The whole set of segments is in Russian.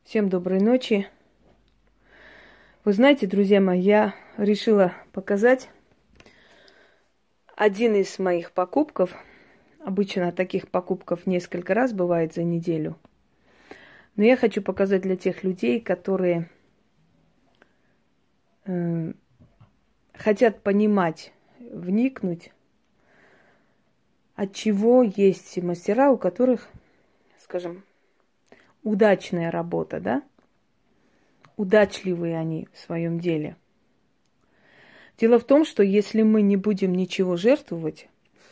Всем доброй ночи. Вы знаете, друзья мои, я решила показать один из моих покупков. Обычно таких покупков несколько раз бывает за неделю. Но я хочу показать для тех людей, которые хотят понимать, вникнуть, от чего есть мастера, у которых, скажем, удачная работа, да? Удачливые они в своем деле. Дело в том, что если мы не будем ничего жертвовать,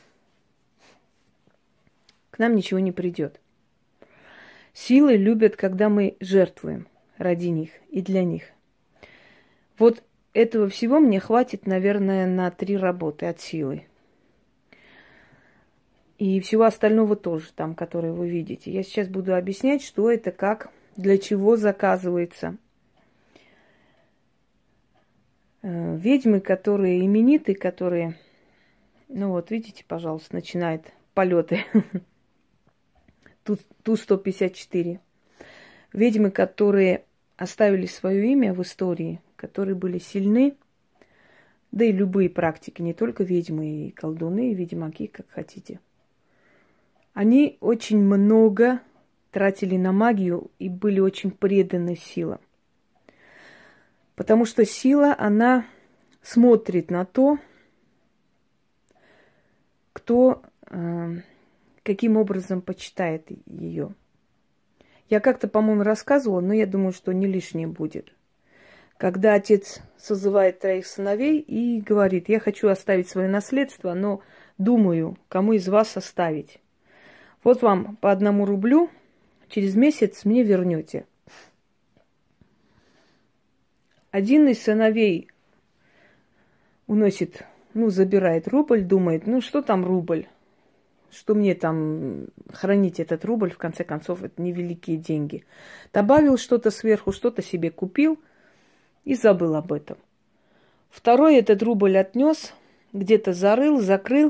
к нам ничего не придет. Силы любят, когда мы жертвуем ради них и для них. Вот этого всего мне хватит, наверное, на 3 работы от силы. И всего остального тоже, там, которые вы видите. Я сейчас буду объяснять, что это, как, для чего заказывается. Ведьмы, которые именитые, которые, ну вот, видите, пожалуйста, начинает полеты. Ту-154. Ведьмы, которые оставили свое имя в истории, которые были сильны, да и любые практики, не только ведьмы, и колдуны, и ведьмаки, как хотите. Они очень много тратили на магию и были очень преданы силам. Потому что сила, она смотрит на то, кто каким образом почитает ее. Я как-то, по-моему, рассказывала, но я думаю, что не лишнее будет. Когда отец созывает 3 сыновей и говорит: я хочу оставить свое наследство, но думаю, кому из вас оставить. Вот вам по 1 рублю, через месяц мне вернете. Один из сыновей уносит, забирает рубль, думает, что там рубль? Что мне там хранить этот рубль, в конце концов, это невеликие деньги. Добавил что-то сверху, что-то себе купил и забыл об этом. Второй этот рубль отнес, где-то зарыл, закрыл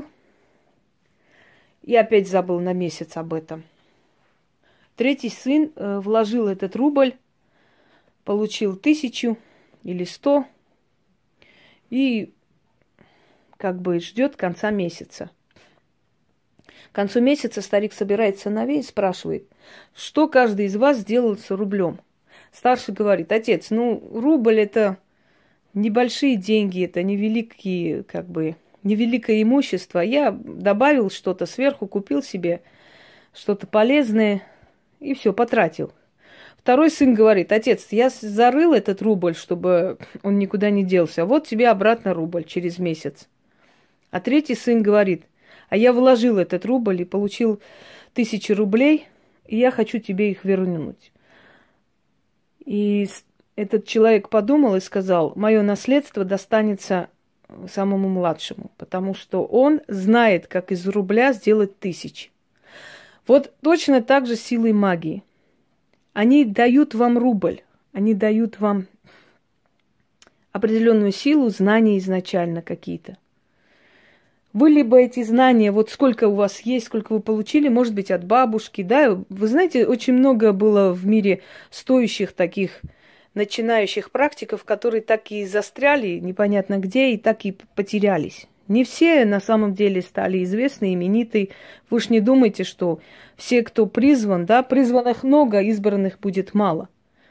и опять забыл на месяц об этом. 3 сын вложил этот рубль, получил 1000 или 100 и как бы ждет конца месяца. К концу месяца старик собирает сыновей и спрашивает, что каждый из вас сделал с рублем. Старший говорит: отец, рубль это небольшие деньги, это невеликие, невеликое имущество. Я добавил что-то сверху, купил себе что-то полезное и все, потратил. Второй сын говорит: отец, я зарыл этот рубль, чтобы он никуда не делся. Вот тебе обратно рубль через месяц. А 3 сын говорит: а я вложил этот рубль и получил 1000 рублей, и я хочу тебе их вернуть. И этот человек подумал и сказал: мое наследство достанется самому младшему, потому что он знает, как из рубля сделать 1000. Вот точно так же силой магии. Они дают вам рубль, они дают вам определенную силу, знания изначально какие-то. Вы либо эти знания, вот сколько у вас есть, сколько вы получили, может быть, от бабушки, да? Вы знаете, очень много было в мире стоящих таких начинающих практиков, которые так и застряли непонятно где и так и потерялись. Не все на самом деле стали известны, именитые. Вы уж не думайте, что все, кто призван, да, призванных много, избранных будет мало.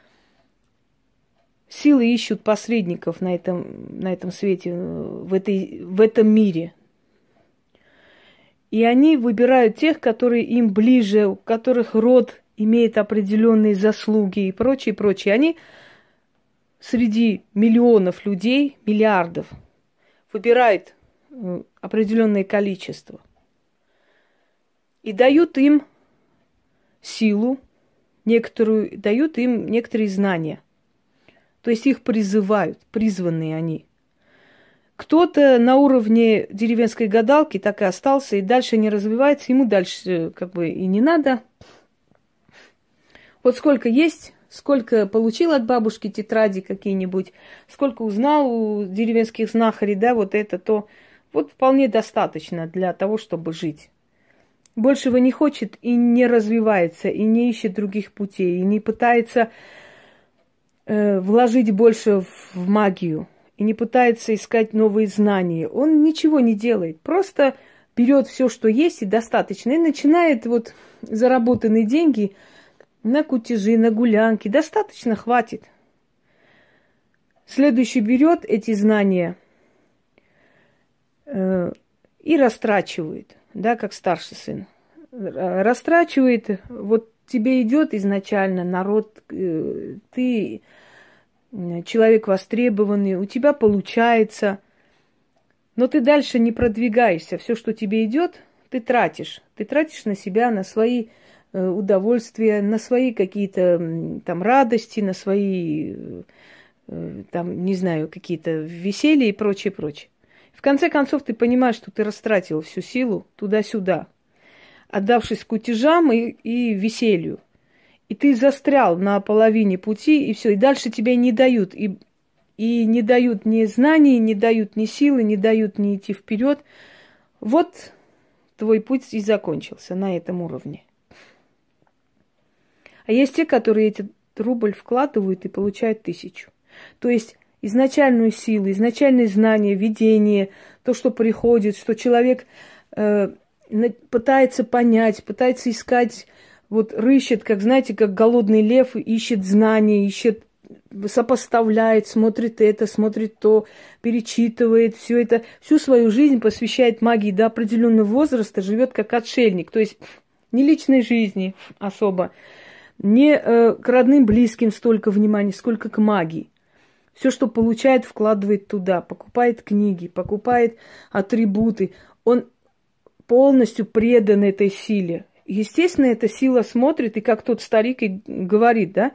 Силы ищут посредников на этом свете, в этом мире. И они выбирают тех, которые им ближе, у которых род имеет определенные заслуги и прочее, прочее. Они среди миллионов людей, миллиардов, выбирают определенное количество и дают им силу, дают им некоторые знания. То есть их призывают, призванные они. Кто-то на уровне деревенской гадалки так и остался, и дальше не развивается, ему дальше и не надо. Вот сколько есть, сколько получил от бабушки тетради какие-нибудь, сколько узнал у деревенских знахарей, да, вот это, то вот вполне достаточно для того, чтобы жить. Большего не хочет и не развивается, и не ищет других путей, и не пытается вложить больше в магию и не пытается искать новые знания. Он ничего не делает, просто берет все, что есть, и достаточно, и начинает вот заработанные деньги на кутежи, на гулянки. Достаточно, хватит. Следующий берет эти знания и растрачивает, да, как старший сын. Растрачивает, вот тебе идет изначально народ, ты человек востребованный, у тебя получается, но ты дальше не продвигаешься. Все, что тебе идет, ты тратишь. Ты тратишь на себя, на свои удовольствия, на свои какие-то там радости, на свои там, не знаю, какие-то веселья и прочее, прочее. В конце концов, ты понимаешь, что ты растратил всю силу туда-сюда, отдавшись кутежам и веселью. И ты застрял на половине пути, и все. И дальше тебе не дают. И не дают ни знаний, не дают ни силы, не дают ни идти вперед. Вот твой путь и закончился на этом уровне. А есть те, которые этот рубль вкладывают и получают 1000. То есть изначальную силу, изначальные знания, видение, то, что приходит, что человек пытается понять, пытается искать, вот рыщет, как, знаете, как голодный лев, ищет знания, ищет, сопоставляет, смотрит это, смотрит то, перечитывает все это, всю свою жизнь посвящает магии до определенного возраста, живет как отшельник, то есть не личной жизни особо, не к родным, близким столько внимания, сколько к магии. Все, что получает, вкладывает туда, покупает книги, покупает атрибуты. Он полностью предан этой силе. Естественно, эта сила смотрит, и как тот старик и говорит, да,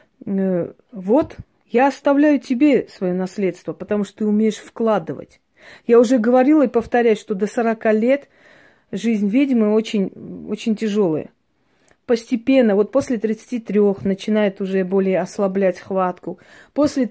вот, я оставляю тебе свое наследство, потому что ты умеешь вкладывать. Я уже говорила и повторяю, что до 40 лет жизнь ведьмы очень, очень тяжелая. Постепенно, вот после 33 начинает уже более ослаблять хватку. После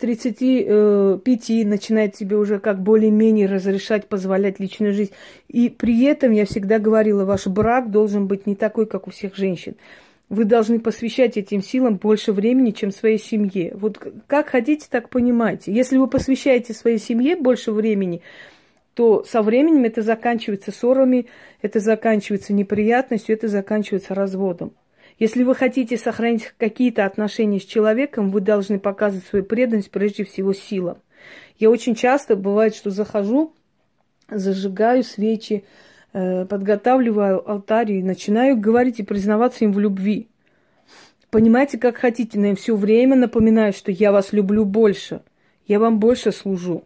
35 начинает тебе уже как более-менее разрешать, позволять личную жизнь. И при этом, я всегда говорила, ваш брак должен быть не такой, как у всех женщин. Вы должны посвящать этим силам больше времени, чем своей семье. Вот как хотите, так понимаете. Если вы посвящаете своей семье больше времени, то со временем это заканчивается ссорами, это заканчивается неприятностью, это заканчивается разводом. Если вы хотите сохранить какие-то отношения с человеком, вы должны показывать свою преданность прежде всего силам. Я очень часто, бывает, что захожу, зажигаю свечи, подготавливаю алтарь и начинаю говорить и признаваться им в любви. Понимаете, как хотите, но я все время напоминаю, что я вас люблю больше, я вам больше служу.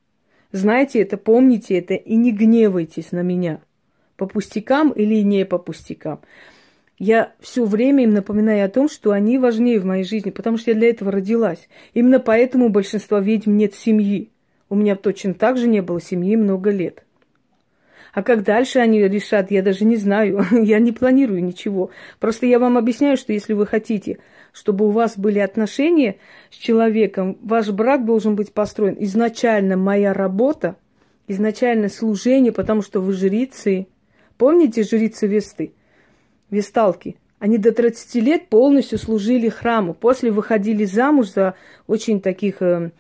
Знаете это, помните это и не гневайтесь на меня по пустякам или не по пустякам. Я все время им напоминаю о том, что они важнее в моей жизни, потому что я для этого родилась. Именно поэтому у большинства ведьм нет семьи. У меня точно так же не было семьи много лет. А как дальше они решат, я даже не знаю. Я не планирую ничего. Просто я вам объясняю, что если вы хотите, чтобы у вас были отношения с человеком, ваш брак должен быть построен. Изначально моя работа, изначально служение, потому что вы жрицы. Помните жрицы Весты? Весталки. Они до 30 лет полностью служили храму. После выходили замуж за очень таких,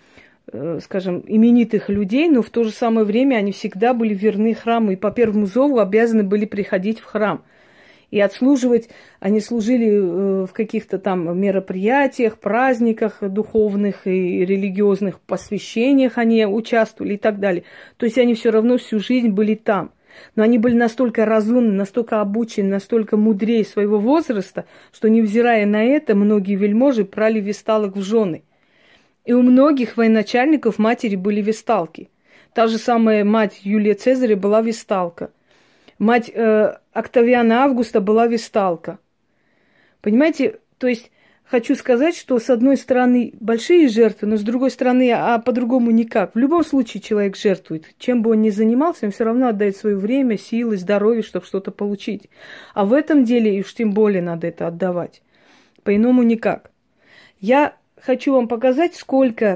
скажем, именитых людей, но в то же самое время они всегда были верны храму и по первому зову обязаны были приходить в храм. И отслуживать, они служили в каких-то там мероприятиях, праздниках духовных и религиозных, посвящениях они участвовали и так далее. То есть они все равно всю жизнь были там. Но они были настолько разумны, настолько обучены, настолько мудрее своего возраста, что, невзирая на это, многие вельможи брали весталок в жены. И у многих военачальников матери были весталки. Та же самая мать Юлия Цезаря была весталка. Мать Октавиана Августа была весталка. Понимаете, то есть хочу сказать, что с одной стороны большие жертвы, но с другой стороны, по-другому никак. В любом случае человек жертвует. Чем бы он ни занимался, он все равно отдает свое время, силы, здоровье, чтобы что-то получить. А в этом деле уж тем более надо это отдавать. По-иному никак. Я хочу вам показать, сколько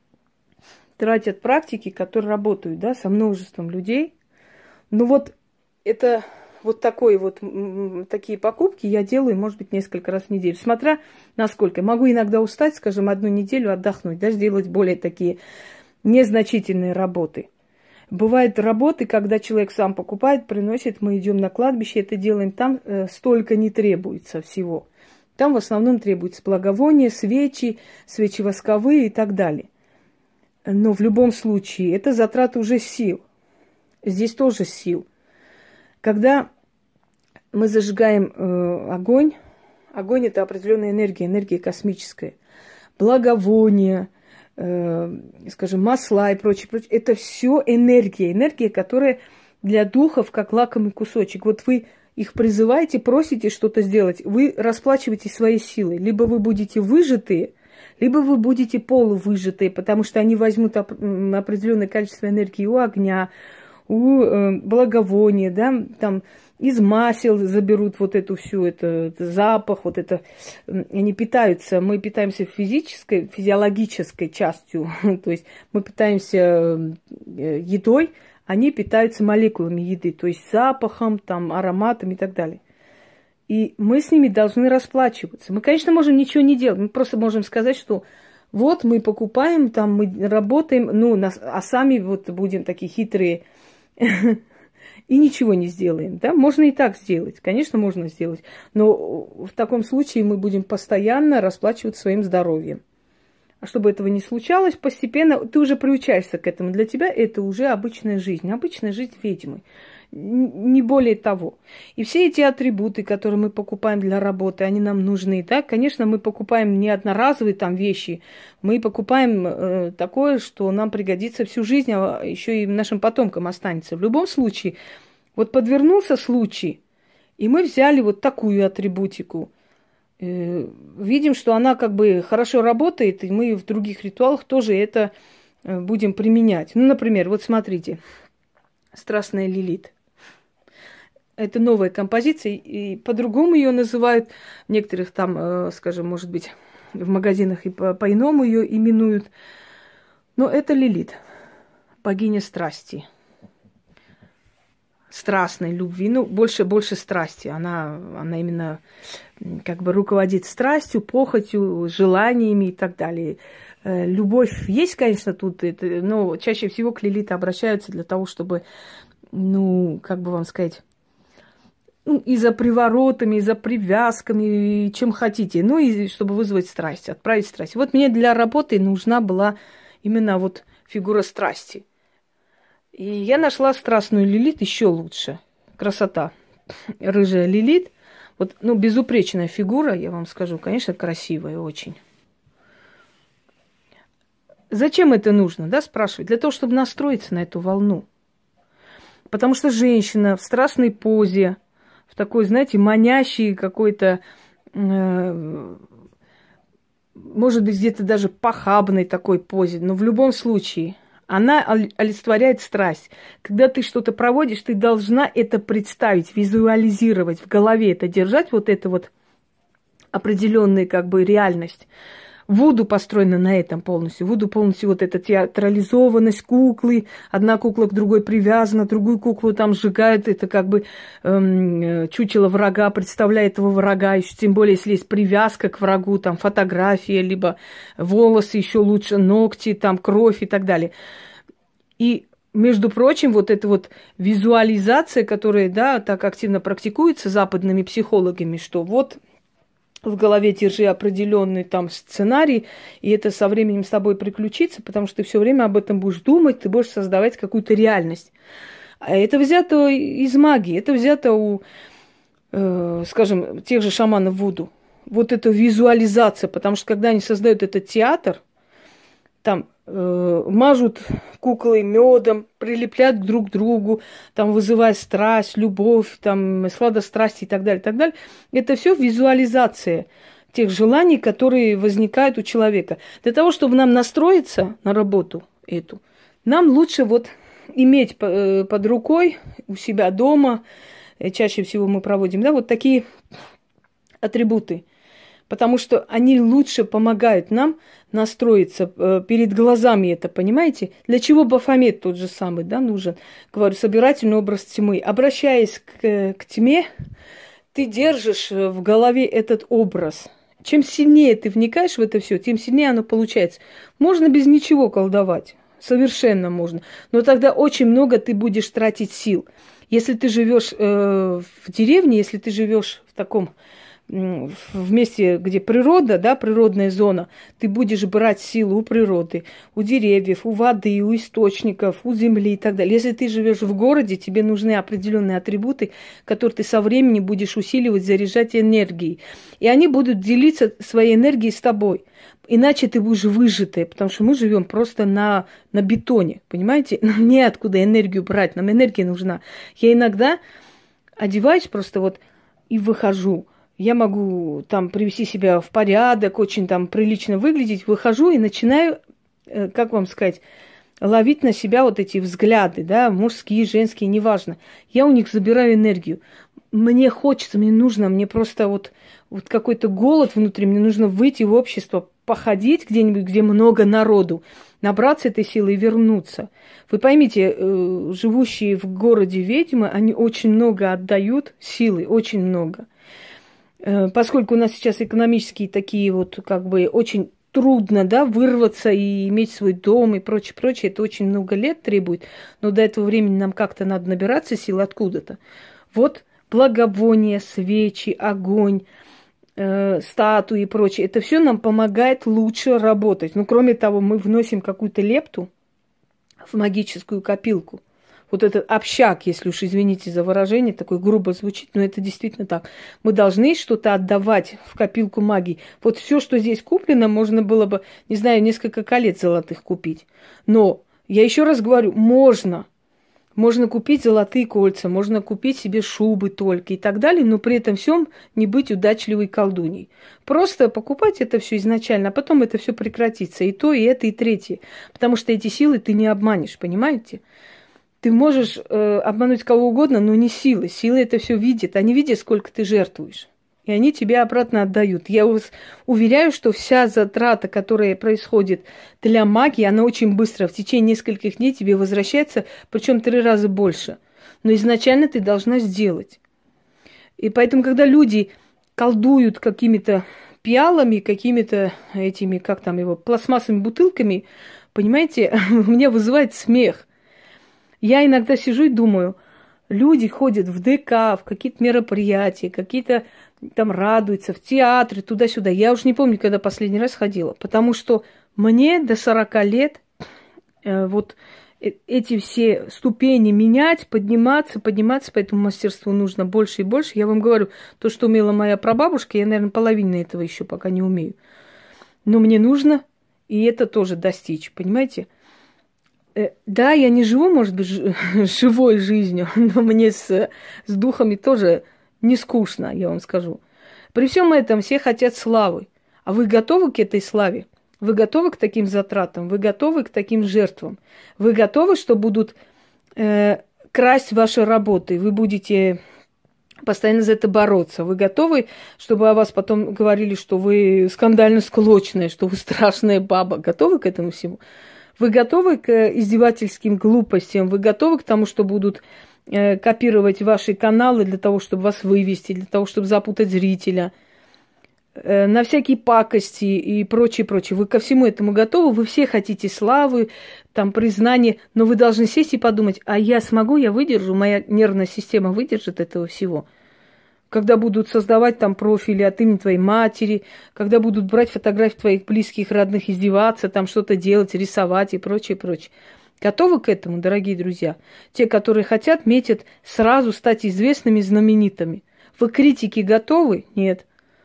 тратят практики, которые работают, да, со множеством людей. Ну вот это вот такой вот, такие покупки я делаю, может быть, несколько раз в неделю. Смотря насколько. Могу иногда устать, скажем, одну неделю отдохнуть, даже делать более такие незначительные работы. Бывают работы, когда человек сам покупает, приносит, мы идем на кладбище, это делаем. Там столько не требуется всего. Там в основном требуется благовония, свечи, свечи восковые и так далее. Но в любом случае это затрата уже сил. Здесь тоже сил. Когда мы зажигаем огонь, огонь это определенная энергия, энергия космическая. Благовония, скажем, масла и прочее, прочее. Это все энергия, энергия, которая для духов как лакомый кусочек. Вот вы их призываете, просите что-то сделать, вы расплачиваетесь своей силой. Либо вы будете выжатые, либо вы будете полувыжатые, потому что они возьмут определенное количество энергии у огня, у благовония, да, там из масел заберут вот эту всю, это запах, вот это, они питаются, мы питаемся физической, физиологической частью, то есть мы питаемся едой, они питаются молекулами еды, то есть запахом, там, ароматом и так далее. И мы с ними должны расплачиваться. Мы, конечно, можем ничего не делать. Мы просто можем сказать, что вот мы покупаем, там мы работаем, а сами вот будем такие хитрые и ничего не сделаем. Да? Можно и так сделать. Конечно, можно сделать. Но в таком случае мы будем постоянно расплачиваться своим здоровьем. А чтобы этого не случалось, постепенно ты уже приучаешься к этому. Для тебя это уже обычная жизнь ведьмы. Не более того. И все эти атрибуты, которые мы покупаем для работы, они нам нужны. Да? Конечно, мы покупаем не одноразовые там вещи, мы покупаем такое, что нам пригодится всю жизнь, а еще и нашим потомкам останется. В любом случае, вот подвернулся случай, и мы взяли вот такую атрибутику. Видим, что она как бы хорошо работает, и мы в других ритуалах тоже это будем применять. Ну, например, вот смотрите, страстная Лилит. Это новая композиция, и по-другому ее называют. Некоторых там, скажем, может быть, в магазинах и по-иному ее именуют. Но это Лилит, богиня страсти. Страстной любви, больше страсти. Она именно как бы руководит страстью, похотью, желаниями и так далее. Любовь есть, конечно, тут, но чаще всего к Лилит обращаются для того, чтобы, как бы вам сказать, и за приворотами, и за привязками, и чем хотите. И чтобы вызвать страсть, отправить страсть. Вот мне для работы нужна была именно вот фигура страсти. И я нашла страстную Лилит еще лучше. Красота. Рыжая Лилит. Вот, безупречная фигура, я вам скажу. Конечно, красивая очень. Зачем это нужно, да, спрашивать? Для того, чтобы настроиться на эту волну. Потому что женщина в страстной позе, в такой, знаете, манящей какой-то, может быть, где-то даже похабной такой позе, но в любом случае она олицетворяет страсть. Когда ты что-то проводишь, ты должна это представить, визуализировать, в голове это держать, вот это вот определенная как бы реальность. Вуду построена на этом полностью. Вуду полностью вот эта театрализованность куклы. Одна кукла к другой привязана, другую куклу там сжигают. Это как бы чучело врага, представляет этого врага. Еще тем более, если есть привязка к врагу, там фотография, либо волосы, еще лучше ногти, там кровь и так далее. И между прочим, вот эта вот визуализация, которая, да, так активно практикуется западными психологами, что вот в голове держи определенный там сценарий, и это со временем с тобой приключится, потому что ты все время об этом будешь думать, ты будешь создавать какую-то реальность. А это взято из магии, это взято у, скажем, тех же шаманов вуду. Вот эта визуализация, потому что когда они создают этот театр, там мажут куклы медом, прилепляют друг к другу, там вызывая страсть, любовь, там сладострастие и так далее, и так далее. Это все визуализация тех желаний, которые возникают у человека. Для того, чтобы нам настроиться на работу эту, нам лучше вот иметь под рукой у себя дома, чаще всего мы проводим, да, вот такие атрибуты. Потому что они лучше помогают нам настроиться перед глазами это, понимаете? Для чего Бафомет тот же самый, да, нужен? Говорю, собирательный образ тьмы. Обращаясь к тьме, ты держишь в голове этот образ. Чем сильнее ты вникаешь в это все, тем сильнее оно получается. Можно без ничего колдовать. Совершенно можно. Но тогда очень много ты будешь тратить сил. Если ты живешь в деревне, если ты живешь в таком в месте, где природа, да, природная зона, ты будешь брать силу у природы, у деревьев, у воды, у источников, у земли и так далее. Если ты живешь в городе, тебе нужны определенные атрибуты, которые ты со временем будешь усиливать, заряжать энергией. И они будут делиться своей энергией с тобой. Иначе ты будешь выжатая, потому что мы живем просто на бетоне, понимаете? Нам неоткуда энергию брать, нам энергия нужна. Я иногда одеваюсь просто вот и выхожу. Я могу там привести себя в порядок, очень там прилично выглядеть, выхожу и начинаю, как вам сказать, ловить на себя вот эти взгляды, да, мужские, женские, неважно. Я у них забираю энергию. Мне хочется, мне нужно, мне просто вот какой-то голод внутри, мне нужно выйти в общество, походить где-нибудь, где много народу, набраться этой силы и вернуться. Вы поймите, живущие в городе ведьмы, они очень много отдают силы, очень много. Поскольку у нас сейчас экономические такие вот, как бы, очень трудно, да, вырваться и иметь свой дом и прочее, прочее, это очень много лет требует, но до этого времени нам как-то надо набираться сил откуда-то. Вот благовония, свечи, огонь, статуи и прочее, это все нам помогает лучше работать. Ну, кроме того, мы вносим какую-то лепту в магическую копилку. Вот этот общак, если уж извините за выражение, такой грубо звучит, но это действительно так. Мы должны что-то отдавать в копилку магии. Вот все, что здесь куплено, можно было бы, не знаю, несколько колец золотых купить. Но, я еще раз говорю, можно. Можно купить золотые кольца, можно купить себе шубы только и так далее, но при этом всем не быть удачливой колдуньей. Просто покупать это все изначально, а потом это все прекратится. И то, и это, и третье. Потому что эти силы ты не обманешь, понимаете? Ты можешь обмануть кого угодно, но не силы. Силы это все видят. Они видят, сколько ты жертвуешь. И они тебе обратно отдают. Я вас уверяю, что вся затрата, которая происходит для магии, она очень быстро. В течение нескольких дней тебе возвращается, причем 3 раза больше. Но изначально ты должна сделать. И поэтому, когда люди колдуют какими-то пиалами, какими-то этими, как там его, пластмассовыми бутылками, понимаете, меня вызывает смех. Я иногда сижу и думаю, люди ходят в ДК, в какие-то мероприятия, какие-то там радуются, в театры, туда-сюда. Я уж не помню, когда последний раз ходила, потому что мне до 40 лет вот эти все ступени менять, подниматься, по этому мастерству нужно больше и больше. Я вам говорю, то, что умела моя прабабушка, я, наверное, половину этого еще пока не умею. Но мне нужно и это тоже достичь, понимаете? Да, я не живу, может быть, живой жизнью, но мне с духами тоже не скучно, я вам скажу. При всем этом все хотят славы. А вы готовы к этой славе? Вы готовы к таким затратам? Вы готовы к таким жертвам? Вы готовы, что будут красть ваши работы? Вы будете постоянно за это бороться? Вы готовы, чтобы о вас потом говорили, что вы скандально склочная, что вы страшная баба? Готовы к этому всему? Вы готовы к издевательским глупостям? Вы готовы к тому, что будут копировать ваши каналы для того, чтобы вас вывести, для того, чтобы запутать зрителя, на всякие пакости и прочее, прочее. Вы ко всему этому готовы? Вы все хотите славы, там, признания, но вы должны сесть и подумать, а я смогу, я выдержу, моя нервная система выдержит этого всего? Когда будут создавать там профили от имени твоей матери, когда будут брать фотографии твоих близких, родных, издеваться, там что-то делать, рисовать и прочее, прочее. Готовы к этому, дорогие друзья? Те, которые хотят, метят сразу стать известными, знаменитыми. Вы к критике готовы? Нет.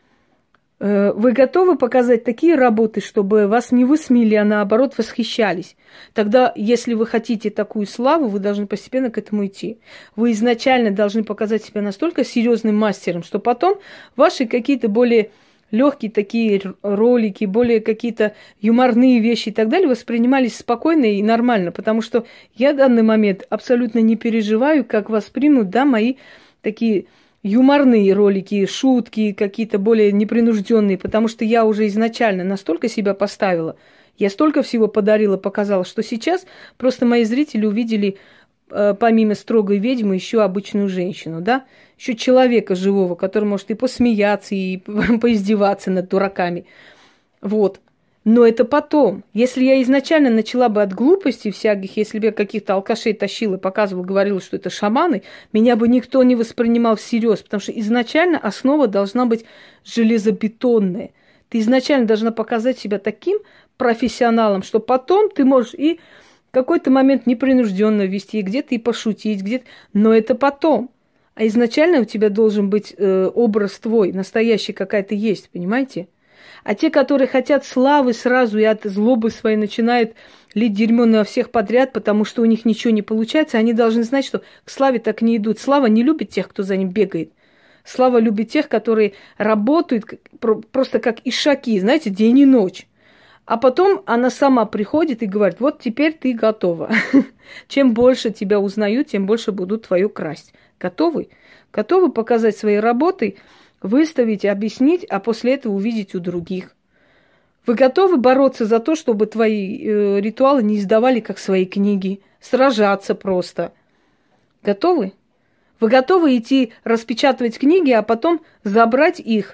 Вы готовы показать такие работы, чтобы вас не высмеяли, а наоборот восхищались? Тогда, если вы хотите такую славу, вы должны постепенно к этому идти. Вы изначально должны показать себя настолько серьезным мастером, что потом ваши какие-то более легкие такие ролики, более какие-то юморные вещи и так далее воспринимались спокойно и нормально. Потому что я в данный момент абсолютно не переживаю, как воспримут, да, мои такие юморные ролики, шутки какие-то более непринужденные, потому что я уже изначально настолько себя поставила, я столько всего подарила, показала, что сейчас просто мои зрители увидели помимо строгой ведьмы еще обычную женщину, да, еще человека живого, который может и посмеяться, и поиздеваться над дураками. Вот. Но это потом. Если я изначально начала бы от глупостей всяких, если бы я каких-то алкашей тащила, показывала, говорила, что это шаманы, меня бы никто не воспринимал всерьез, потому что изначально основа должна быть железобетонная. Ты изначально должна показать себя таким профессионалом, что потом ты можешь и какой-то момент непринужденно вести, где-то и пошутить, где-то, но это потом. А изначально у тебя должен быть образ твой, настоящий какая-то есть, понимаете? А те, которые хотят славы сразу и от злобы своей начинают лить дерьмо на всех подряд, потому что у них ничего не получается, они должны знать, что к славе так не идут. Слава не любит тех, кто за ним бегает. Слава любит тех, которые работают просто как ишаки, знаете, день и ночь. А потом она сама приходит и говорит, вот теперь ты готова. Чем больше тебя узнают, тем больше будут твою красть. Готовы? Готовы показать свои работы, выставить, объяснить, а после этого увидеть у других. Вы готовы бороться за то, чтобы твои ритуалы не издавали как свои книги, сражаться просто? Готовы? Вы готовы идти распечатывать книги, а потом забрать их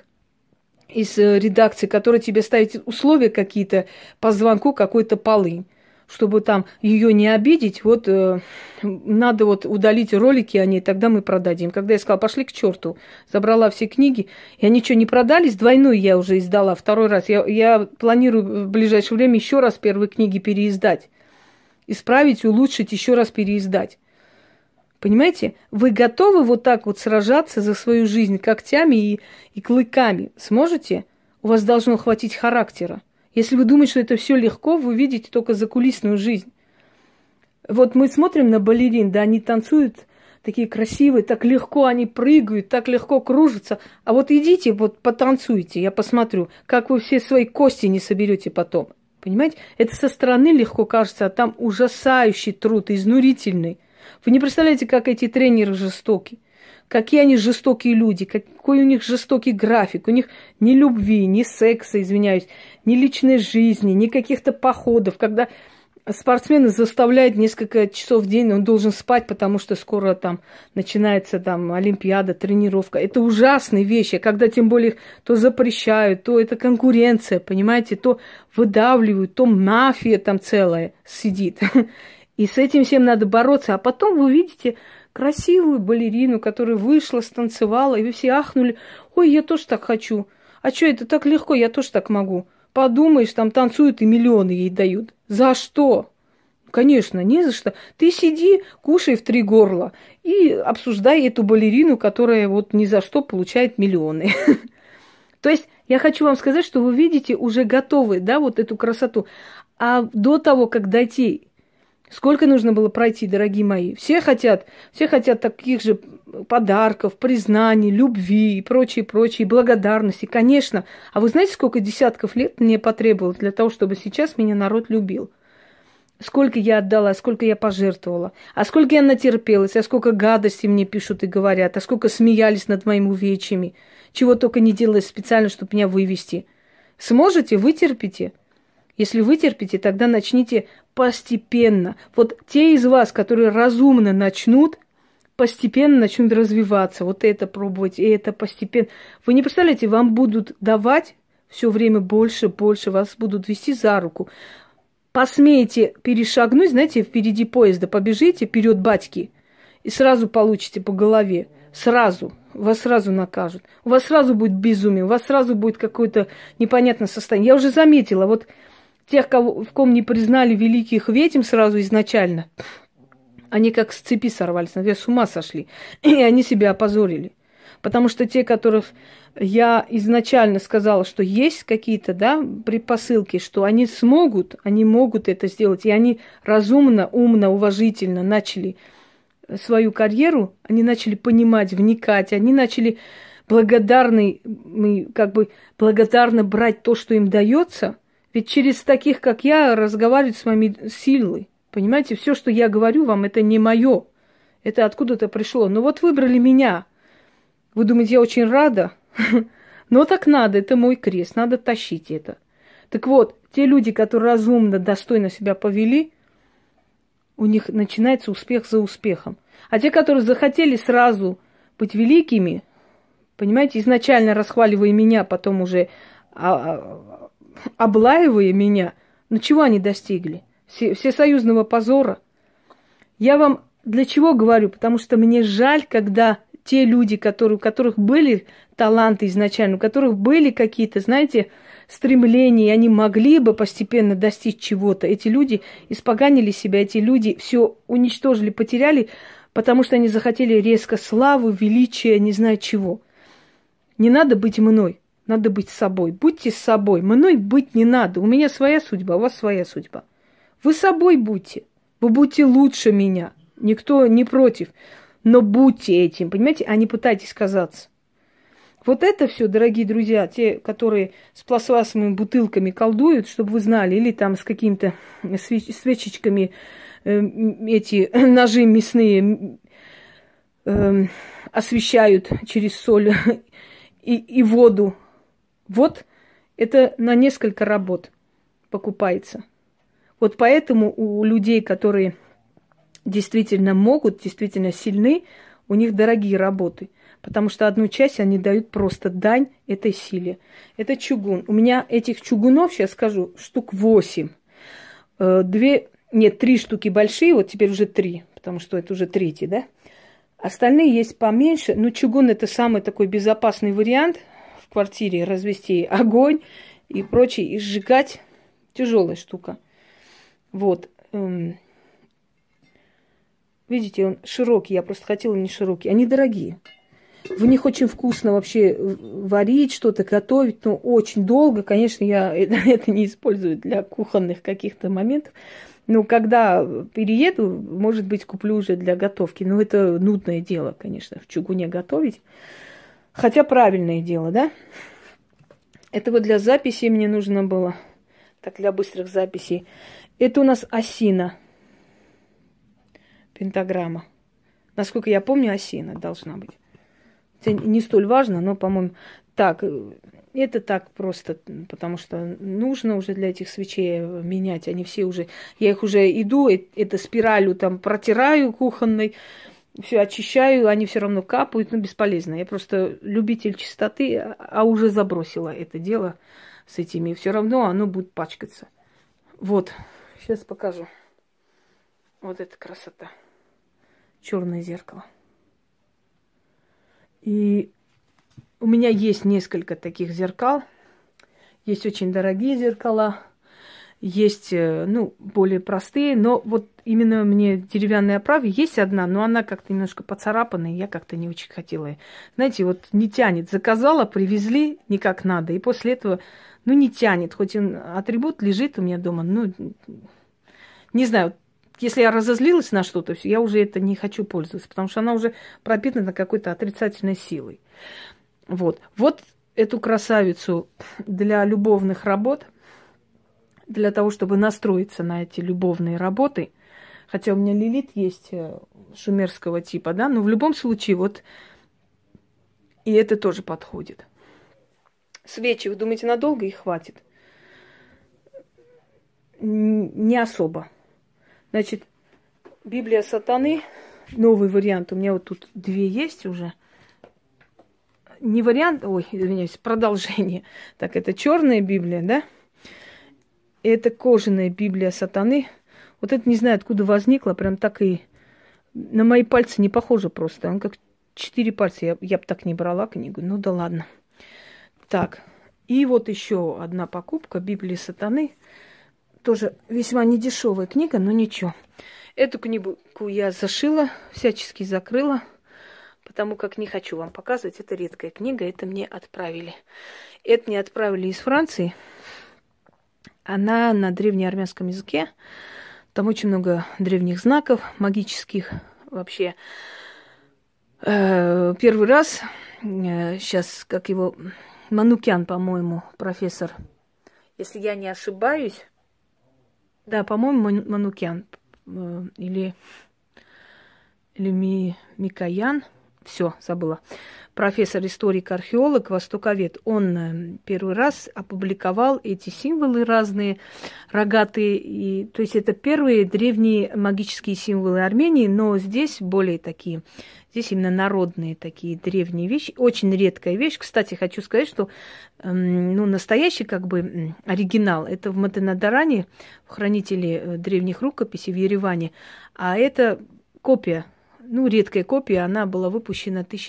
из редакции, которая тебе ставит условия какие-то по звонку какой-то полынь, чтобы там ее не обидеть, вот надо вот удалить ролики о ней, тогда мы продадим. Когда я сказала, пошли к черту, забрала все книги, и они что, не продались? Двойную я уже издала, второй раз. Я планирую в ближайшее время еще раз первые книги переиздать. Исправить, улучшить, еще раз переиздать. Понимаете? Вы готовы вот так вот сражаться за свою жизнь когтями и клыками? Сможете? У вас должно хватить характера. Если вы думаете, что это все легко, вы видите только закулисную жизнь. Вот мы смотрим на балерин, да, они танцуют такие красивые, так легко они прыгают, так легко кружатся. А вот идите, вот потанцуйте, я посмотрю, как вы все свои кости не соберете потом. Понимаете? Это со стороны легко кажется, а там ужасающий труд, изнурительный. Вы не представляете, как эти тренеры жестоки. Какие они жестокие люди, какой у них жестокий график. У них ни любви, ни секса, извиняюсь, ни личной жизни, ни каких-то походов. Когда спортсмена заставляют несколько часов в день, он должен спать, потому что скоро там начинается там олимпиада, тренировка. Это ужасные вещи. Когда тем более их то запрещают, то это конкуренция, понимаете, то выдавливают, то мафия там целая сидит. И с этим всем надо бороться. А потом вы увидите красивую балерину, которая вышла, станцевала, и вы все ахнули. Ой, я тоже так хочу. А что, это так легко, я тоже так могу. Подумаешь, там танцуют и миллионы ей дают. За что? Конечно, не за что. Ты сиди, кушай в 3 горла и обсуждай эту балерину, которая вот ни за что получает миллионы. То есть я хочу вам сказать, что вы видите уже готовы, да, вот эту красоту. А до того, как дойти... Сколько нужно было пройти, дорогие мои? Все хотят таких же подарков, признаний, любви и прочее, благодарности, конечно. А вы знаете, сколько десятков лет мне потребовалось для того, чтобы сейчас меня народ любил? Сколько я отдала, сколько я пожертвовала, а сколько я натерпелась, а сколько гадостей мне пишут и говорят, а сколько смеялись над моими увечьями, чего только не делали специально, чтобы меня вывести. Сможете, вытерпите. Если вытерпите, тогда начните постепенно. Вот те из вас, которые разумно начнут, постепенно начнут развиваться. Вот это пробовать, и это постепенно. Вы не представляете, вам будут давать все время больше, вас будут вести за руку. Посмеете перешагнуть, знаете, впереди поезда, побежите вперед батьки, и сразу получите по голове. Сразу. Вас сразу накажут. У вас сразу будет безумие, у вас сразу будет какое-то непонятное состояние. Я уже заметила, вот тех, в ком не признали великих ведьм сразу изначально, они как с цепи сорвались, наверное, с ума сошли. И они себя опозорили. Потому что те, которых я изначально сказала, что есть какие-то, да, предпосылки, что они могут это сделать, и они разумно, умно, уважительно начали свою карьеру, они начали понимать, вникать, они начали благодарно брать то, что им дается. Ведь через таких, как я, разговаривать с вами силой. Понимаете, все, что я говорю вам, это не мое. Это откуда-то пришло. Но вот выбрали меня. Вы думаете, я очень рада? Но так надо, это мой крест, надо тащить это. Так вот, те люди, которые разумно, достойно себя повели, у них начинается успех за успехом. А те, которые захотели сразу быть великими, понимаете, изначально расхваливая меня, потом уже облаивая меня, ну чего они достигли? Всесоюзного позора. Я вам для чего говорю? Потому что мне жаль, когда те люди, у которых были таланты изначально, у которых были какие-то, знаете, стремления, и они могли бы постепенно достичь чего-то. Эти люди испоганили себя, эти люди все уничтожили, потеряли, потому что они захотели резко славы, величия, не знаю чего. Не надо быть мной, надо быть собой. Будьте собой. Мной быть не надо. У меня своя судьба, у вас своя судьба. Вы собой будьте. Вы будьте лучше меня. Никто не против. Но будьте этим, понимаете, а не пытайтесь казаться. Вот это все, дорогие друзья, те, которые с пластмассовыми бутылками колдуют, чтобы вы знали, или там с какими-то свечечками эти ножи мясные освещают через соль и воду. Вот это на несколько работ покупается. Вот поэтому у людей, которые действительно могут, действительно сильны, у них дорогие работы. Потому что одну часть они дают просто дань этой силе. Это чугун. У меня этих чугунов, сейчас скажу, штук 8. 3 штуки большие, вот теперь уже 3, потому что это уже 3, да? Остальные есть поменьше. Но чугун это самый такой безопасный вариант в квартире. Развести огонь и прочее, и сжигать. Тяжелая штука. Вот. Видите, он широкий. Я просто хотела не широкий. Они дорогие. В них очень вкусно вообще варить, что-то готовить, но очень долго. Конечно, я это не использую для кухонных каких-то моментов. Но когда перееду, может быть, куплю уже для готовки. Но это нудное дело, конечно, в чугуне готовить. Хотя правильное дело, да? Это вот для записи мне нужно было. Так, для быстрых записей. Это у нас осина. Пентаграмма. Насколько я помню, осина должна быть. Это не столь важно, но, по-моему, так. Это так просто, потому что нужно уже для этих свечей менять. Они все уже... Я их уже иду, это спиралью там протираю кухонной, все очищаю, они все равно капают, но бесполезно. Я просто любитель чистоты, а уже забросила это дело с этими. Все равно оно будет пачкаться. Вот, сейчас покажу. Вот эта красота. Черное зеркало. И у меня есть несколько таких зеркал. Есть очень дорогие зеркала. Есть, более простые. Но вот именно мне деревянной оправе есть одна, но она как-то немножко поцарапанная. Я как-то не очень хотела. Знаете, вот не тянет. Заказала, привезли не как надо. И после этого, не тянет. Хоть он атрибут лежит у меня дома. Не знаю. Если я разозлилась на что-то, я уже это не хочу пользоваться, потому что она уже пропитана какой-то отрицательной силой. Вот эту красавицу для любовных работ, для того, чтобы настроиться на эти любовные работы, хотя у меня Лилит есть шумерского типа, да, но в любом случае вот и это тоже подходит. Свечи, вы думаете, надолго их хватит? Не особо. Значит, Библия сатаны, новый вариант. У меня вот тут 2 есть уже. Не вариант, извиняюсь, продолжение. Так, это черная Библия, да? И это кожаная Библия сатаны. Вот это не знаю, откуда возникла, прям так и на мои пальцы не похоже просто. Он как 4 пальца. Я бы так не брала книгу. Ну да ладно. Так, и вот еще одна покупка Библии сатаны. Тоже весьма недешевая книга, но ничего. Эту книгу я зашила, всячески закрыла, потому как не хочу вам показывать. Это редкая книга, это мне отправили. Это мне отправили из Франции. Она на древнеармянском языке. Там очень много древних знаков магических вообще. Первый раз, сейчас, как его, Манукян, по-моему, профессор, если я не ошибаюсь, да, по-моему, Манукян или Микоян. все, забыла. Профессор, историк, археолог, востоковед. Он первый раз опубликовал эти символы разные, рогатые. И, то есть это первые древние магические символы Армении, но здесь более такие, здесь именно народные такие древние вещи. Очень редкая вещь. Кстати, хочу сказать, что настоящий как бы оригинал это в Матенадаране, в хранителе древних рукописей в Ереване. А это копия. Редкая копия, она была выпущена в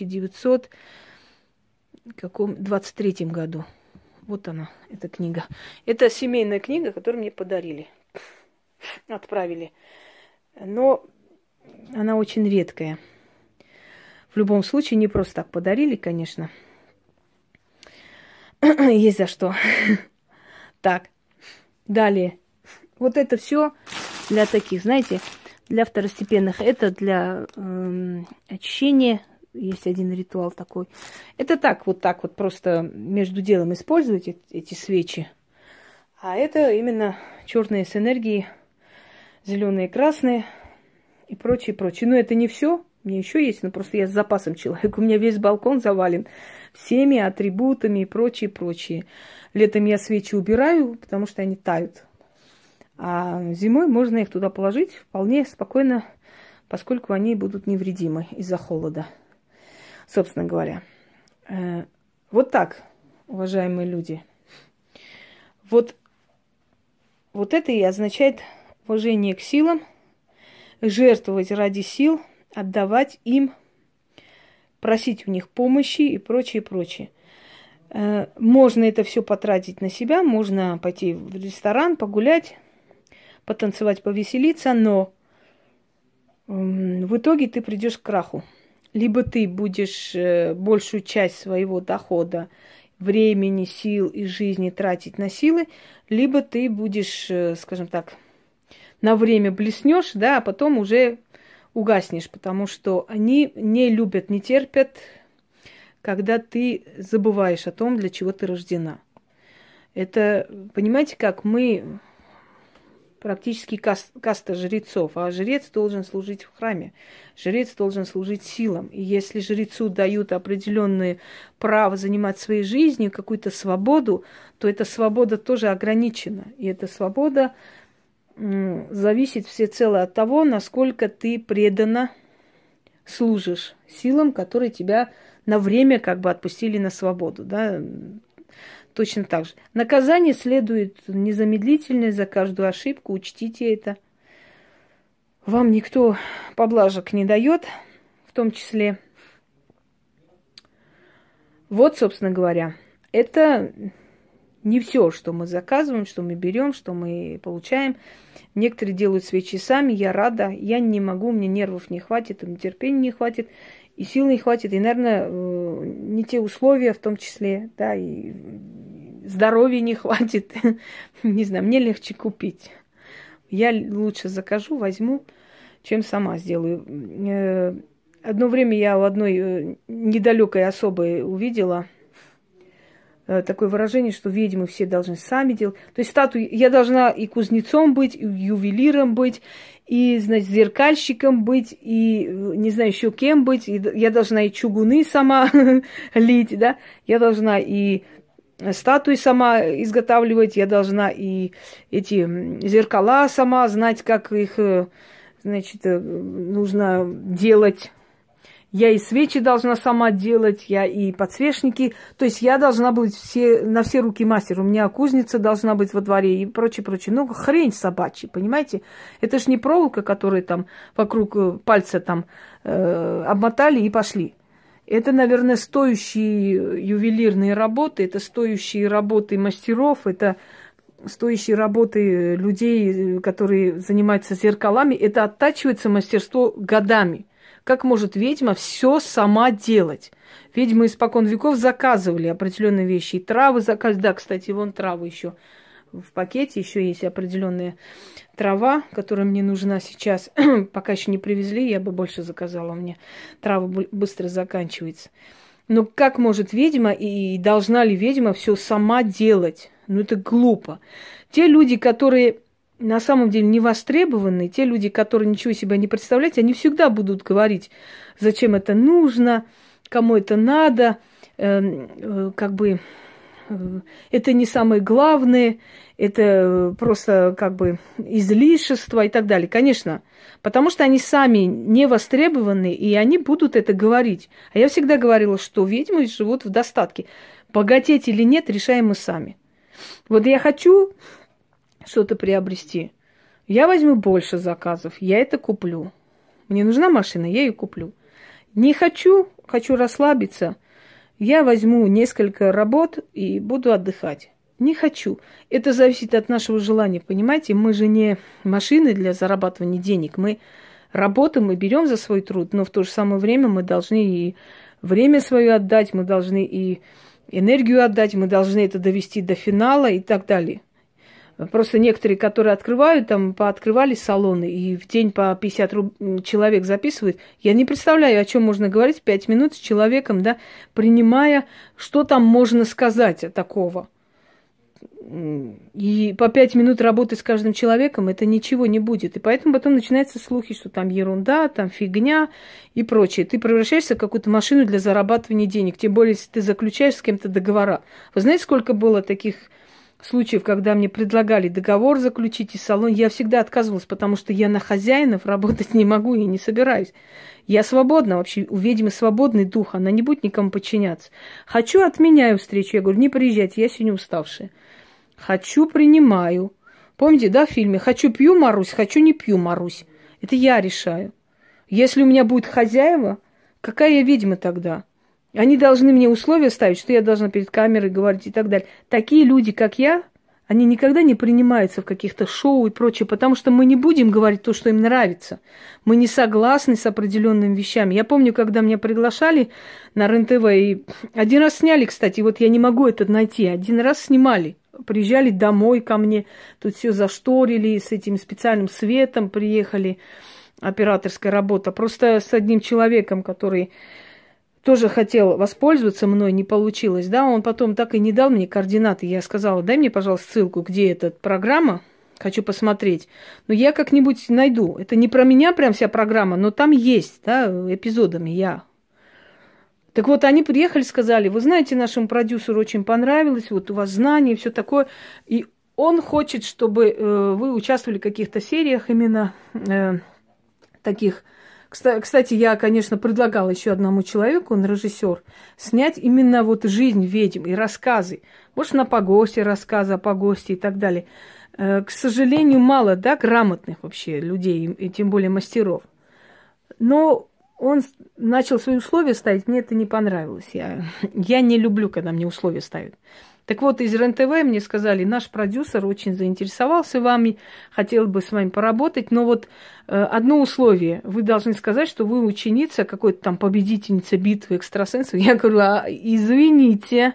1923 году. Вот она, эта книга. Это семейная книга, которую мне подарили, отправили. Но она очень редкая. В любом случае, не просто так подарили, конечно. Есть за что. Так, далее. Вот это все для таких, знаете, для второстепенных. Это для очищения. Есть один ритуал такой. Это так вот просто между делом использовать эти свечи. А это именно черные с энергией, зеленые, красные и прочее, прочее. Но это не все. Мне еще есть, но просто я с запасом человек. У меня весь балкон завален всеми атрибутами и прочее, прочее. Летом я свечи убираю, потому что они тают. А зимой можно их туда положить вполне спокойно, поскольку они будут невредимы из-за холода, собственно говоря. Вот так, уважаемые люди. Вот это и означает уважение к силам, жертвовать ради сил, отдавать им, просить у них помощи и прочее, прочее. Можно это все потратить на себя, можно пойти в ресторан, погулять, потанцевать, повеселиться, но в итоге ты придешь к краху. Либо ты будешь большую часть своего дохода, времени, сил и жизни тратить на силы, либо ты будешь, скажем так, на время блеснешь, да, а потом уже угаснешь, потому что они не любят, не терпят, когда ты забываешь о том, для чего ты рождена. Это, понимаете, как мы практически каста жрецов, а жрец должен служить в храме, жрец должен служить силам. И если жрецу дают определенное право занимать своей жизнью, какую-то свободу, то эта свобода тоже ограничена. И эта свобода зависит всецело от того, насколько ты преданно служишь силам, которые тебя на время как бы отпустили на свободу, да. Точно так же. Наказание следует незамедлительное за каждую ошибку. Учтите это. Вам никто поблажек не дает, в том числе. Вот, собственно говоря, это не все, что мы заказываем, что мы берем, что мы получаем. Некоторые делают свечи сами. Я рада. Я не могу, мне нервов не хватит, мне терпения не хватит. И сил не хватит, и, наверное, не те условия в том числе, да, и здоровья не хватит. Не знаю, мне легче купить. Я лучше закажу, возьму, чем сама сделаю. Одно время я у одной недалекой особы увидела такое выражение, что ведьмы все должны сами делать. То есть статую я должна и кузнецом быть, и ювелиром быть, и, значит, зеркальщиком быть, и, не знаю, еще кем быть. И я должна и чугуны сама лить, да. Я должна и статуи сама изготавливать, я должна и эти зеркала сама знать, как их, значит, нужно делать. Я и свечи должна сама делать, я и подсвечники. То есть я должна быть на все руки мастер. У меня кузница должна быть во дворе и прочее, прочее. Ну, хрень собачья, понимаете? Это ж не проволока, которую там вокруг пальца там обмотали и пошли. Это, наверное, стоящие ювелирные работы, это стоящие работы мастеров, это стоящие работы людей, которые занимаются зеркалами. Это оттачивается мастерство годами. Как может ведьма все сама делать? Ведьмы испокон веков заказывали определенные вещи. И травы заказывали. Да, кстати, вон травы еще в пакете. Еще есть определенная трава, которая мне нужна сейчас. Пока еще не привезли, я бы больше заказала. Мне трава быстро заканчивается. Но как может ведьма и должна ли ведьма все сама делать? Ну, это глупо. Те люди, которые на самом деле не востребованы, те люди, которые ничего себя не представляют, они всегда будут говорить, зачем это нужно, кому это надо, как бы это не самое главное, это просто как бы излишество и так далее. Конечно, потому что они сами не востребованы, и они будут это говорить. А я всегда говорила, что ведьмы живут в достатке. Богатеть или нет, решаем мы сами. Вот я хочу что-то приобрести, я возьму больше заказов, я это куплю. Мне нужна машина, я ее куплю. Не хочу, хочу расслабиться, я возьму несколько работ и буду отдыхать. Не хочу. Это зависит от нашего желания, понимаете? Мы же не машины для зарабатывания денег. Мы работаем, мы берем за свой труд, но в то же самое время мы должны и время свое отдать, мы должны и энергию отдать, мы должны это довести до финала и так далее. Просто некоторые, которые открывают, там, пооткрывали салоны и в день по 50 человек записывают. Я не представляю, о чем можно говорить 5 минут с человеком, да, принимая, что там можно сказать такого. И по 5 минут работы с каждым человеком это ничего не будет. И поэтому потом начинаются слухи, что там ерунда, там фигня и прочее. Ты превращаешься в какую-то машину для зарабатывания денег. Тем более, если ты заключаешь с кем-то договора. Вы знаете, сколько было таких случаев, когда мне предлагали договор заключить из салона? Я всегда отказывалась, потому что я на хозяинов работать не могу и не собираюсь. Я свободна вообще, у ведьмы свободный дух, она не будет никому подчиняться. Хочу, отменяю встречу. Я говорю, не приезжайте, я сегодня уставшая. Хочу, принимаю. Помните, да, в фильме «Хочу, пью, Марусь, хочу, не пью, Марусь». Это я решаю. Если у меня будет хозяева, какая я ведьма тогда? Они должны мне условия ставить, что я должна перед камерой говорить и так далее. Такие люди, как я, они никогда не принимаются в каких-то шоу и прочее, потому что мы не будем говорить то, что им нравится. Мы не согласны с определенными вещами. Я помню, когда меня приглашали на РЕН-ТВ, и один раз сняли, кстати, вот я не могу это найти, один раз снимали. Приезжали домой ко мне, тут все зашторили, с этим специальным светом приехали, операторская работа. Просто с одним человеком, который тоже хотел воспользоваться мной, не получилось, да, он потом так и не дал мне координаты. Я сказала, дай мне, пожалуйста, ссылку, где эта программа, хочу посмотреть. Но я как-нибудь найду. Это не про меня прям вся программа, но там есть, да, эпизодами я. Так вот, они приехали, сказали, вы знаете, нашему продюсеру очень понравилось, вот у вас знания и все такое. И он хочет, чтобы вы участвовали в каких-то сериях именно таких. Кстати, я, конечно, предлагала еще одному человеку, он режиссер, снять именно вот жизнь ведьм и рассказы. Может, на погосте рассказы о погосте и так далее. К сожалению, мало, да, грамотных вообще людей, и тем более мастеров. Но он начал свои условия ставить, мне это не понравилось. Я не люблю, когда мне условия ставят. Так вот, из РЕН-ТВ мне сказали, наш продюсер очень заинтересовался вами, хотел бы с вами поработать, но вот одно условие, вы должны сказать, что вы ученица, какой-то там победительница битвы экстрасенсов. Я говорю, извините,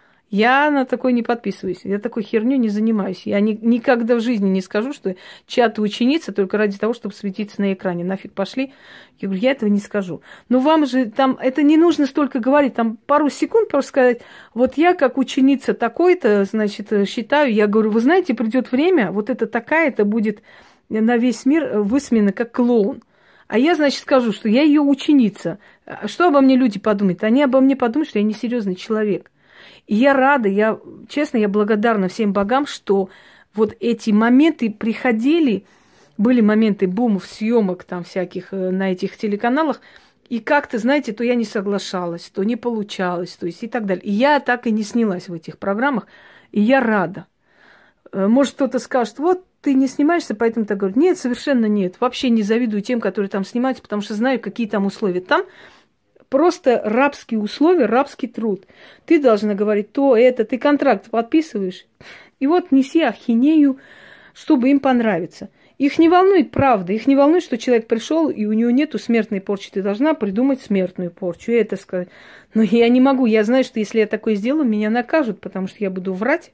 я на такое не подписываюсь, я такой херню не занимаюсь. Я никогда в жизни не скажу, что чья-то ученица только ради того, чтобы светиться на экране. Нафиг пошли. Я говорю, я этого не скажу. Но вам же там, это не нужно столько говорить, там пару секунд просто сказать, вот я как ученица такой-то, значит, считаю, я говорю, вы знаете, придет время, вот это такая-то будет на весь мир высмеяна как клоун. А я, значит, скажу, что я ее ученица. Что обо мне люди подумают? Они обо мне подумают, что я несерьезный человек. И я рада, честно, я благодарна всем богам, что вот эти моменты приходили, были моменты бумов, съемок там всяких на этих телеканалах, и как-то, знаете, то я не соглашалась, то не получалось, то есть и так далее. И я так и не снялась в этих программах, и я рада. Может, кто-то скажет, вот ты не снимаешься, поэтому так говорю. Нет, совершенно нет. Вообще не завидую тем, которые там снимаются, потому что знаю, какие там условия. Там просто рабские условия, рабский труд. Ты должна говорить то, это, ты контракт подписываешь. И вот неси ахинею, чтобы им понравиться. Их не волнует правда, их не волнует, что человек пришел, и у него нету смертной порчи. Ты должна придумать смертную порчу, и это сказать. Но я не могу, я знаю, что если я такое сделаю, меня накажут, потому что я буду врать.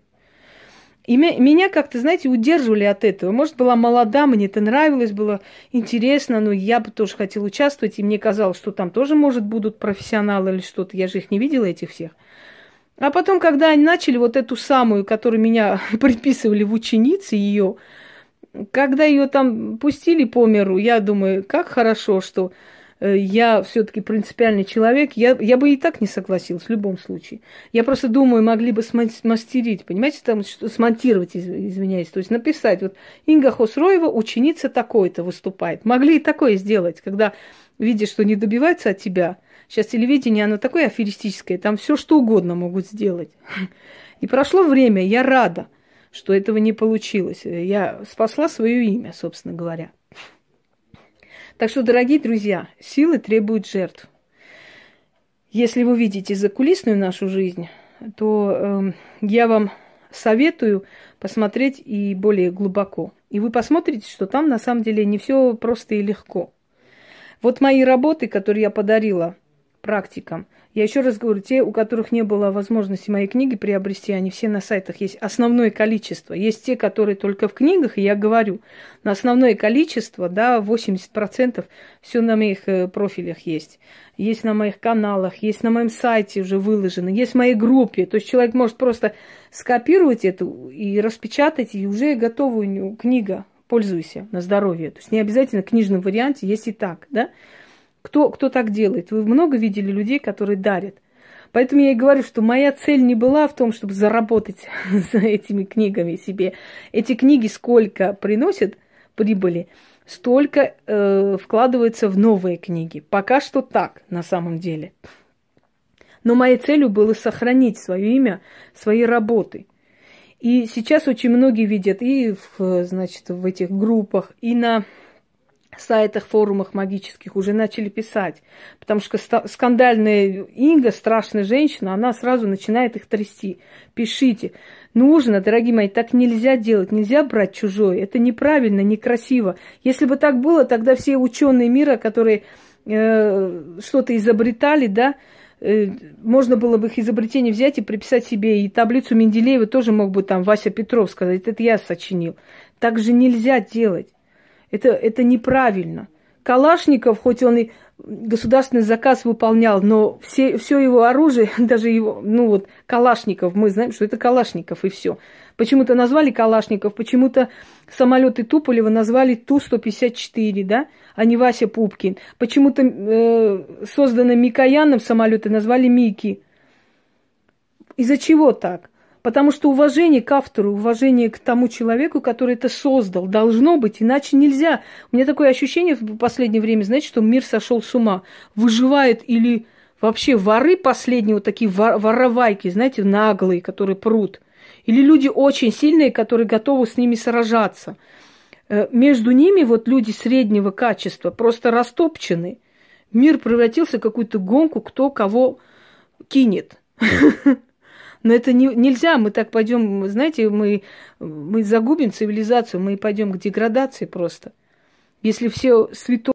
И меня как-то, знаете, удерживали от этого. Может, была молода, мне это нравилось, было интересно, но я бы тоже хотела участвовать, и мне казалось, что там тоже, может, будут профессионалы или что-то. Я же их не видела, этих всех. А потом, когда они начали вот эту самую, которую меня приписывали в ученицы, ее, когда ее там пустили по миру, я думаю, как хорошо, что я все-таки принципиальный человек, я бы и так не согласилась в любом случае. Я просто думаю, могли бы смастерить, понимаете, там смонтировать, извиняюсь, то есть написать, вот Инга Хосроева, ученица такой-то выступает. Могли и такое сделать, когда видишь, что не добивается от тебя. Сейчас телевидение, оно такое аферистическое, там все что угодно могут сделать. И прошло время, я рада, что этого не получилось. Я спасла свое имя, собственно говоря. Так что, дорогие друзья, силы требуют жертв. Если вы видите закулисную нашу жизнь, то я вам советую посмотреть и более глубоко. И вы посмотрите, что там на самом деле не все просто и легко. Вот мои работы, которые я подарила практикам, я еще раз говорю, те, у которых не было возможности мои книги приобрести, они все на сайтах есть. Основное количество. Есть те, которые только в книгах, и я говорю, на основное количество, да, 80% все на моих профилях есть. Есть на моих каналах, есть на моем сайте уже выложено, есть в моей группе. То есть человек может просто скопировать эту и распечатать, и уже готовую у него книга. Пользуйся на здоровье. То есть не обязательно в книжном варианте, есть и так, да. Кто так делает? Вы много видели людей, которые дарят. Поэтому я и говорю, что моя цель не была в том, чтобы заработать за этими книгами себе. Эти книги сколько приносят прибыли, столько вкладывается в новые книги. Пока что так, на самом деле. Но моей целью было сохранить свое имя, свои работы. И сейчас очень многие видят и в этих группах, и на сайтах, форумах магических уже начали писать. Потому что скандальная Инга, страшная женщина, она сразу начинает их трясти. Пишите. Нужно, дорогие мои, так нельзя делать. Нельзя брать чужое. Это неправильно, некрасиво. Если бы так было, тогда все ученые мира, которые что-то изобретали, да, можно было бы их изобретение взять и приписать себе. И таблицу Менделеева тоже мог бы там Вася Петров сказать. Это я сочинил. Так же нельзя делать. Это неправильно. Калашников, хоть он и государственный заказ выполнял, но все его оружие, даже его, Калашников, мы знаем, что это Калашников и все. Почему-то назвали Калашников, почему-то самолеты Туполева назвали Ту-154, да, а не Вася Пупкин. Почему-то созданные Микояном самолеты назвали Мики. Из-за чего так? Потому что уважение к автору, уважение к тому человеку, который это создал, должно быть, иначе нельзя. У меня такое ощущение в последнее время, знаете, что мир сошел с ума. Выживает или вообще воры последние, вот такие воровайки, знаете, наглые, которые прут. Или люди очень сильные, которые готовы с ними сражаться. Между ними вот люди среднего качества просто растопчены. Мир превратился в какую-то гонку, кто кого кинет. Но это нельзя, мы так пойдем, знаете, мы загубим цивилизацию, мы пойдем к деградации просто. Если все святое